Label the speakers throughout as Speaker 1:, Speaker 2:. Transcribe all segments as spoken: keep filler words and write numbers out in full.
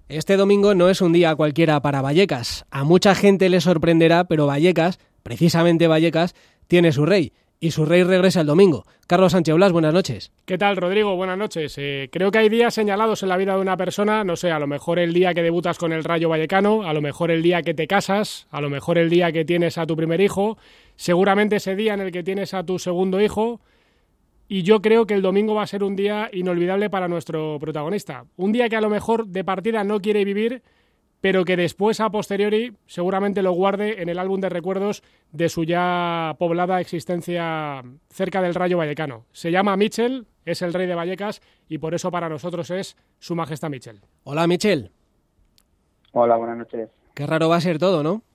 Speaker 1: Este domingo no es un día cualquiera para Vallecas. A mucha gente le sorprenderá, pero Vallecas, precisamente Vallecas, tiene su rey. Y su rey regresa el domingo. Carlos Sánchez Blas, buenas noches.
Speaker 2: ¿Qué tal, Rodrigo? Buenas noches. Eh, creo que hay días señalados en la vida de una persona, no sé, a lo mejor el día que debutas con el Rayo Vallecano, a lo mejor el día que te casas, a lo mejor el día que tienes a tu primer hijo, seguramente ese día en el que tienes a tu segundo hijo, y yo creo que el domingo va a ser un día inolvidable para nuestro protagonista. Un día que a lo mejor de partida no quiere vivir, pero que después, a posteriori, seguramente lo guarde en el álbum de recuerdos de su ya poblada existencia cerca del Rayo Vallecano. Se llama Michel, es el rey de Vallecas y por eso para nosotros es Su Majestad Michel.
Speaker 1: Hola, Michel.
Speaker 3: Hola, buenas noches.
Speaker 1: Qué raro va a ser todo, ¿no?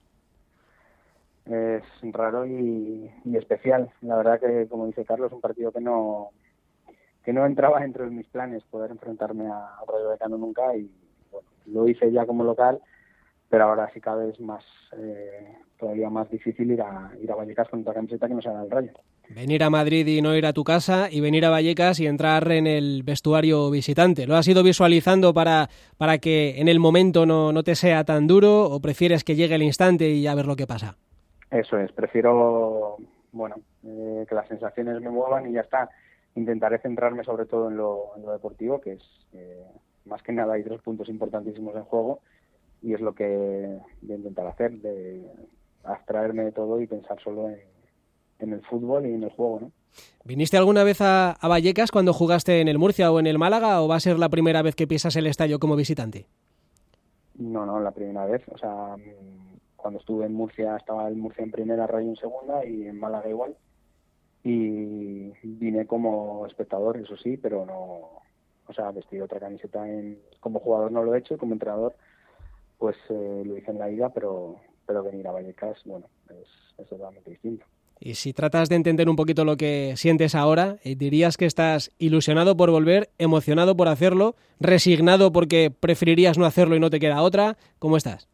Speaker 3: Es raro y, y especial. La verdad que, como dice Carlos, un partido que no que no entraba dentro de mis planes poder enfrentarme a Rayo Vallecano nunca y bueno, lo hice ya como local, pero ahora sí cada vez más eh, todavía más difícil ir a ir a Vallecas con otra camiseta que no sea el Rayo.
Speaker 1: Venir a Madrid y no ir a tu casa y venir a Vallecas y entrar en el vestuario visitante. ¿Lo has ido visualizando para, para que en el momento no, no te sea tan duro o prefieres que llegue el instante y ya ver lo que pasa?
Speaker 3: Eso es, prefiero bueno eh, que las sensaciones me muevan y ya está. Intentaré centrarme sobre todo en lo, en lo deportivo, que es eh, más que nada hay tres puntos importantísimos en juego y es lo que voy a intentar hacer, de abstraerme de todo y pensar solo en, en el fútbol y en el juego, ¿no?
Speaker 1: ¿Viniste alguna vez a, a Vallecas cuando jugaste en el Murcia o en el Málaga o va a ser la primera vez que pisas el estadio como visitante?
Speaker 3: No, no, la primera vez. O sea, cuando estuve en Murcia estaba el Murcia en primera, Rayo en segunda y en Málaga igual. Y vine como espectador, eso sí, pero no, o sea, vestir otra camiseta en, como jugador no lo he hecho, como entrenador pues eh, lo hice en la ida, pero pero venir a Vallecas, bueno, es, es totalmente distinto.
Speaker 1: Y si tratas de entender un poquito lo que sientes ahora, dirías que estás ilusionado por volver, emocionado por hacerlo, resignado porque preferirías no hacerlo y no te queda otra. ¿Cómo estás?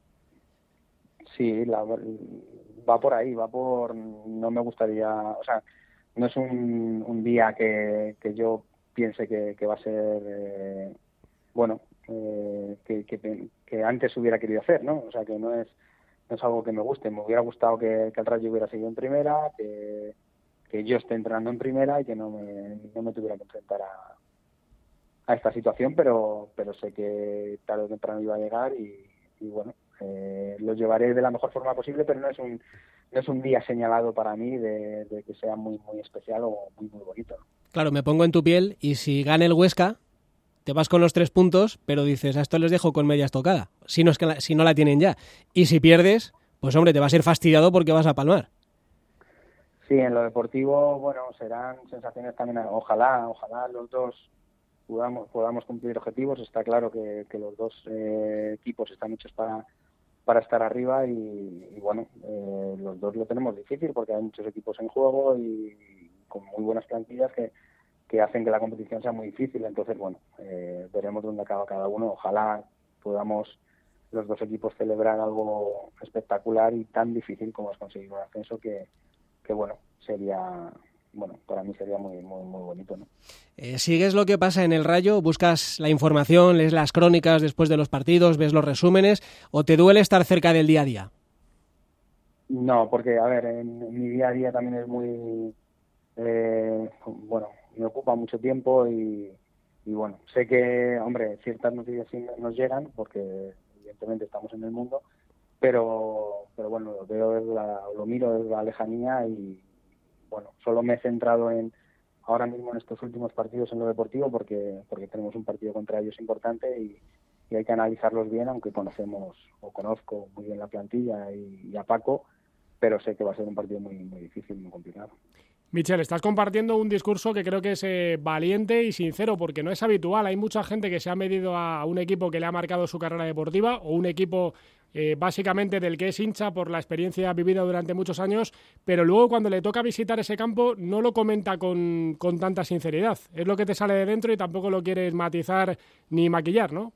Speaker 3: Sí, la, va por ahí, va por, no me gustaría, o sea, no es un, un día que, que yo piense que, que va a ser, eh, bueno, eh, que, que, que antes hubiera querido hacer, ¿no? O sea, que no es, no es algo que me guste. Me hubiera gustado que, que el Rayo hubiera seguido en primera, que, que yo esté entrenando en primera y que no me, no me tuviera que enfrentar a, a esta situación, pero, pero sé que tarde o temprano iba a llegar y, y bueno, eh, lo llevaré de la mejor forma posible, pero no es un no es un día señalado para mí de, de que sea muy muy especial o muy muy bonito, ¿no?
Speaker 1: Claro, me pongo en tu piel y si gana el Huesca, te vas con los tres puntos, pero dices, a esto les dejo con media estocada, si no, es que la, si no la tienen ya. Y si pierdes, pues hombre, te vas a ir fastidiado porque vas a palmar.
Speaker 3: Sí, en lo deportivo, bueno, serán sensaciones también, ojalá, ojalá los dos podamos, podamos cumplir objetivos. Está claro que, que los dos eh, equipos están hechos para para estar arriba y, y bueno, eh, los dos lo tenemos difícil porque hay muchos equipos en juego y, y con muy buenas plantillas que, que hacen que la competición sea muy difícil. Entonces, bueno, eh, veremos dónde acaba cada uno. Ojalá podamos los dos equipos celebrar algo espectacular y tan difícil como es conseguir un ascenso que, que bueno, sería... bueno, para mí sería muy muy muy bonito, ¿no?
Speaker 1: Eh, ¿Sigues lo que pasa en el Rayo? ¿Buscas la información, lees las crónicas después de los partidos, ves los resúmenes o te duele estar cerca del día a día?
Speaker 3: No, porque, a ver, en, en mi día a día también es muy... Eh, bueno, me ocupa mucho tiempo y, y bueno, sé que, hombre, ciertas noticias sí nos llegan porque evidentemente estamos en el mundo, pero pero bueno, lo veo desde la, lo miro desde la lejanía y bueno, solo me he centrado en ahora mismo en estos últimos partidos en lo deportivo porque porque tenemos un partido contra ellos importante y, y hay que analizarlos bien, aunque conocemos o conozco muy bien la plantilla y, y a Paco, pero sé que va a ser un partido muy muy difícil, muy complicado.
Speaker 2: Michel, estás compartiendo un discurso que creo que es eh, valiente y sincero, porque no es habitual. Hay mucha gente que se ha medido a un equipo que le ha marcado su carrera deportiva o un equipo eh, básicamente del que es hincha por la experiencia vivida durante muchos años, pero luego cuando le toca visitar ese campo no lo comenta con, con tanta sinceridad. Es lo que te sale de dentro y tampoco lo quieres matizar ni maquillar, ¿no?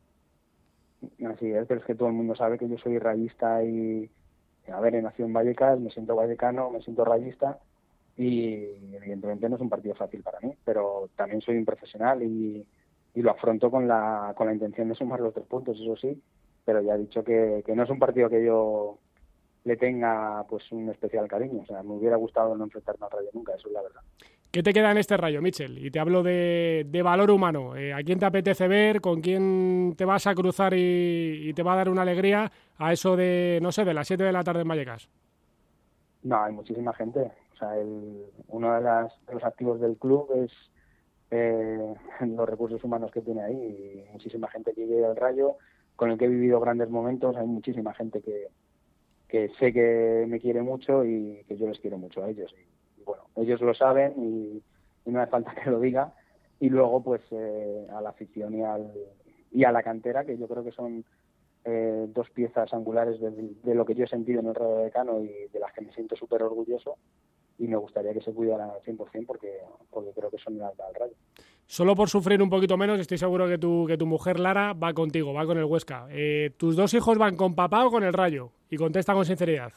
Speaker 3: Así es, pero es que todo el mundo sabe que yo soy rayista y, a ver, he nacido en Vallecas, me siento vallecano, me siento rayista. Y evidentemente no es un partido fácil para mí, pero también soy un profesional y, y lo afronto con la con la intención de sumar los tres puntos, eso sí, pero ya he dicho que, que no es un partido que yo le tenga pues un especial cariño. O sea, me hubiera gustado no enfrentarme al Rayo nunca, eso es la verdad.
Speaker 2: ¿Qué te queda en este Rayo, Michel? Y te hablo de, de valor humano. Eh, ¿A quién te apetece ver? ¿Con quién te vas a cruzar y, y te va a dar una alegría a eso de, no sé, de las siete de la tarde en Vallecas?
Speaker 3: No, hay muchísima gente. O sea, el, uno de, las, de los activos del club es eh, los recursos humanos que tiene ahí. Y muchísima gente que llega al Rayo, con el que he vivido grandes momentos. Hay muchísima gente que, que sé que me quiere mucho y que yo les quiero mucho a ellos. Y, y bueno, ellos lo saben y, y no hace falta que lo diga. Y luego, pues, eh, a la afición y, al, y a la cantera, que yo creo que son eh, dos piezas angulares de, de lo que yo he sentido en el Rayo Vallecano y de las que me siento súper orgulloso. Y me gustaría que se cuidaran al cien por ciento porque, porque creo que son el alma del Rayo.
Speaker 2: Solo por sufrir un poquito menos, estoy seguro que tu, que tu mujer Lara va contigo, va con el Huesca. Eh, ¿Tus dos hijos van con papá o con el Rayo? Y contesta con sinceridad.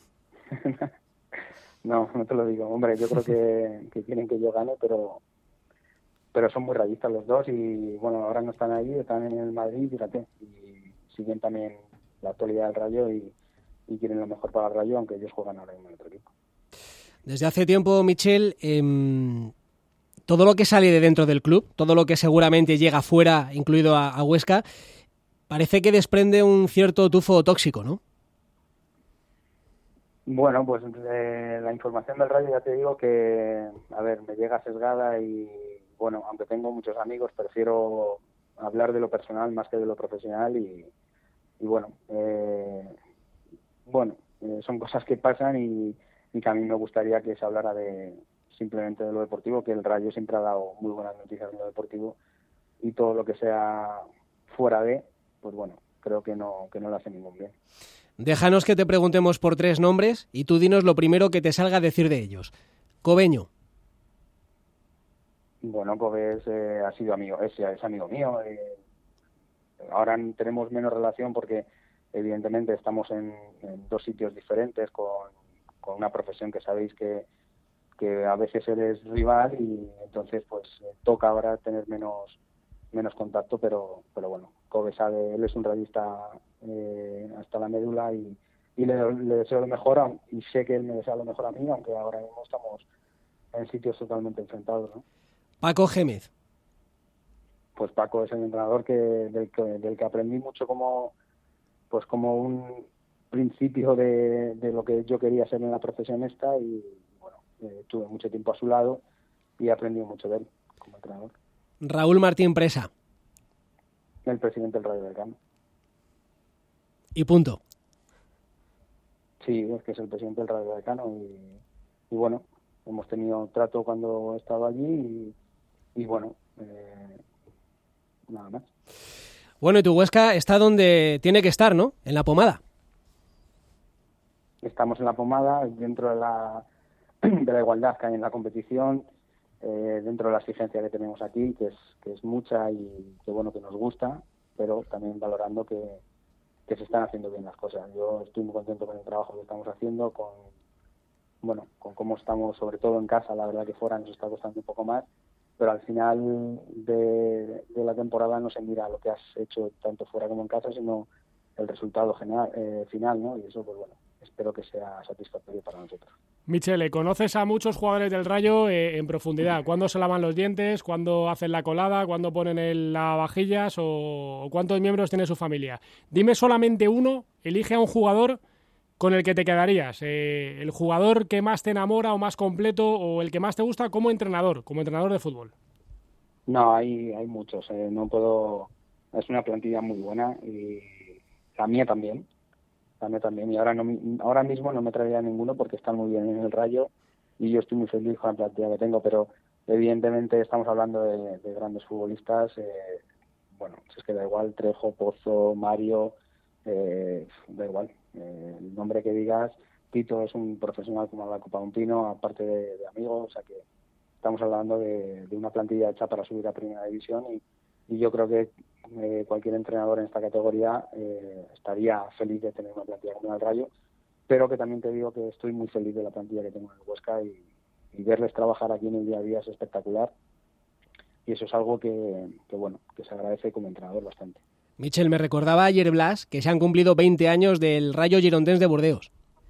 Speaker 3: No, no te lo digo. Hombre, yo creo que, que quieren que yo gane, pero pero son muy rayistas los dos y, bueno, ahora no están ahí, están en el Madrid, fíjate, y siguen también la actualidad del Rayo y, y quieren lo mejor para el Rayo, aunque ellos juegan ahora mismo en otro equipo.
Speaker 1: Desde hace tiempo, Michel, eh, todo lo que sale de dentro del club, todo lo que seguramente llega fuera, incluido a, a Huesca, parece que desprende un cierto tufo tóxico, ¿no?
Speaker 3: Bueno, pues eh, la información del Rayo ya te digo que, a ver, me llega sesgada y, bueno, aunque tengo muchos amigos, prefiero hablar de lo personal más que de lo profesional y, y bueno, eh, bueno, eh, son cosas que pasan y, y que a mí me gustaría que se hablara de simplemente de lo deportivo, que el Rayo siempre ha dado muy buenas noticias en lo deportivo y todo lo que sea fuera de, pues bueno, creo que no, que no le hace ningún bien.
Speaker 1: Déjanos que te preguntemos por tres nombres y tú dinos lo primero que te salga a decir de ellos. Cobeño.
Speaker 3: Bueno, Cobes eh, ha sido amigo, es, es amigo mío. Eh, ahora tenemos menos relación porque evidentemente estamos en, en dos sitios diferentes con, con una profesión que sabéis que, que a veces eres rival y entonces pues eh, toca ahora tener menos menos contacto, pero pero bueno, Kobe sabe, él es un rayista eh, hasta la médula y, y le, le deseo lo mejor a, y sé que él me desea lo mejor a mí, aunque ahora mismo estamos en sitios totalmente enfrentados, ¿no?
Speaker 1: Paco Gémez.
Speaker 3: Pues Paco es el entrenador que del que, del que aprendí mucho como pues como un principio de, de lo que yo quería ser en la profesión esta y bueno, eh, tuve mucho tiempo a su lado y aprendí mucho de él como entrenador.
Speaker 1: Raúl Martín Presa.
Speaker 3: El presidente del Rayo Vallecano.
Speaker 1: Y punto.
Speaker 3: Sí, es que es el presidente del Rayo Vallecano y, y bueno, hemos tenido trato cuando he estado allí y, y bueno, eh, nada más.
Speaker 1: Bueno, y tu Huesca está donde tiene que estar, ¿no? En la pomada.
Speaker 3: Estamos en la pomada, dentro de la, de la igualdad que hay en la competición, eh, dentro de la exigencia que tenemos aquí, que es que es mucha y que bueno que nos gusta, pero también valorando que, que se están haciendo bien las cosas. Yo estoy muy contento con el trabajo que estamos haciendo, con bueno, con cómo estamos, sobre todo en casa. La verdad que fuera nos está costando un poco más, pero al final de, de la temporada no se mira lo que has hecho tanto fuera como en casa, sino el resultado general, eh, final, ¿no? Y eso, pues bueno, espero que sea satisfactorio para nosotros.
Speaker 2: Michele, conoces a muchos jugadores del Rayo eh, en profundidad. ¿Cuándo se lavan los dientes? ¿Cuándo hacen la colada? ¿Cuándo ponen el lavavajillas? ¿O, o cuántos miembros tiene su familia? Dime solamente uno, elige a un jugador con el que te quedarías. Eh, ¿El jugador que más te enamora o más completo o el que más te gusta como entrenador, como entrenador de fútbol?
Speaker 3: No, hay, hay muchos. Eh, no puedo... Es una plantilla muy buena y la mía también. La mía también. Y ahora, no, ahora mismo no me traería ninguno porque están muy bien en el Rayo y yo estoy muy feliz con la plantilla que tengo, pero evidentemente estamos hablando de, de grandes futbolistas. Eh, bueno, si es que da igual, Trejo, Pozo, Mario, eh, da igual. Eh, el nombre que digas, Tito es un profesional como la Copa de un Pino, aparte de, de amigos, o sea que estamos hablando de, de una plantilla hecha para subir a Primera División y, y yo creo que eh, cualquier entrenador en esta categoría eh, estaría feliz de tener una plantilla como el Rayo, pero que también te digo que estoy muy feliz de la plantilla que tengo en el Huesca y, y verles trabajar aquí en el día a día es espectacular. y eso es algo que, que, bueno, que se agradece como entrenador bastante.
Speaker 1: Michel, me recordaba ayer Blas que se han cumplido veinte años del Rayo Girondins de Burdeos.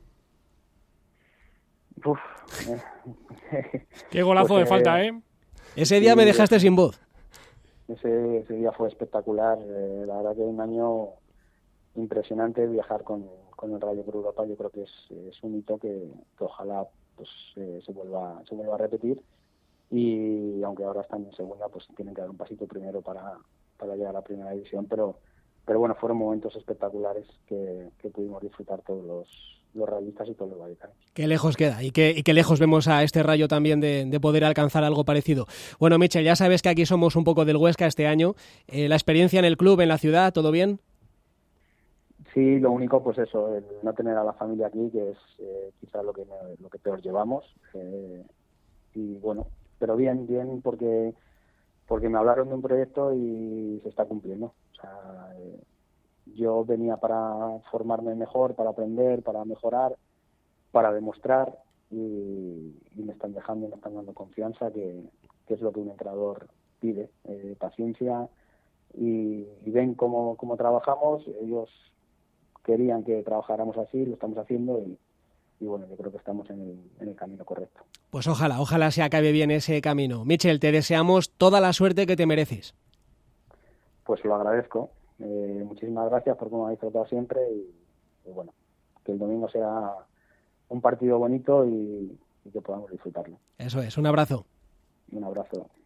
Speaker 3: Uf.
Speaker 2: Qué golazo
Speaker 3: pues,
Speaker 2: de falta, ¿eh?
Speaker 1: Ese día
Speaker 3: sí,
Speaker 1: me dejaste sin voz.
Speaker 3: Ese, ese día fue espectacular. Eh, la verdad que un año impresionante viajar con, con el Rayo por Europa. Yo creo que es, es un hito que, que ojalá pues eh, se vuelva se vuelva a repetir. Y aunque ahora están en segunda, pues tienen que dar un pasito primero para, para llegar a la primera división. Pero, pero bueno, fueron momentos espectaculares que, que pudimos disfrutar todos los, los rayistas y todos los vallecanos.
Speaker 1: Qué lejos queda y qué, y qué lejos vemos a este Rayo también de, de poder alcanzar algo parecido. Bueno, Michel, ya sabes que aquí somos un poco del Huesca este año. Eh, ¿La experiencia en el club, en la ciudad, todo bien?
Speaker 3: Sí, lo único, pues eso, el no tener a la familia aquí, que es eh, quizás lo que me, lo que peor llevamos. Eh, y bueno, pero bien, bien, porque porque me hablaron de un proyecto y se está cumpliendo. O sea, eh, yo venía para formarme mejor, para aprender, para mejorar, para demostrar, y, y me están dejando, me están dando confianza, que, que es lo que un entrenador pide, eh, paciencia, y, y ven cómo, cómo trabajamos. Ellos querían que trabajáramos así, lo estamos haciendo, y, y bueno, yo creo que estamos en el, en el camino correcto.
Speaker 1: Pues ojalá, ojalá se acabe bien ese camino. Michel, te deseamos toda la suerte que te mereces.
Speaker 3: Pues lo agradezco. Eh, muchísimas gracias por cómo habéis tratado siempre, y, y bueno, que el domingo sea un partido bonito y, y que podamos disfrutarlo.
Speaker 1: Eso es, un abrazo.
Speaker 3: Un abrazo.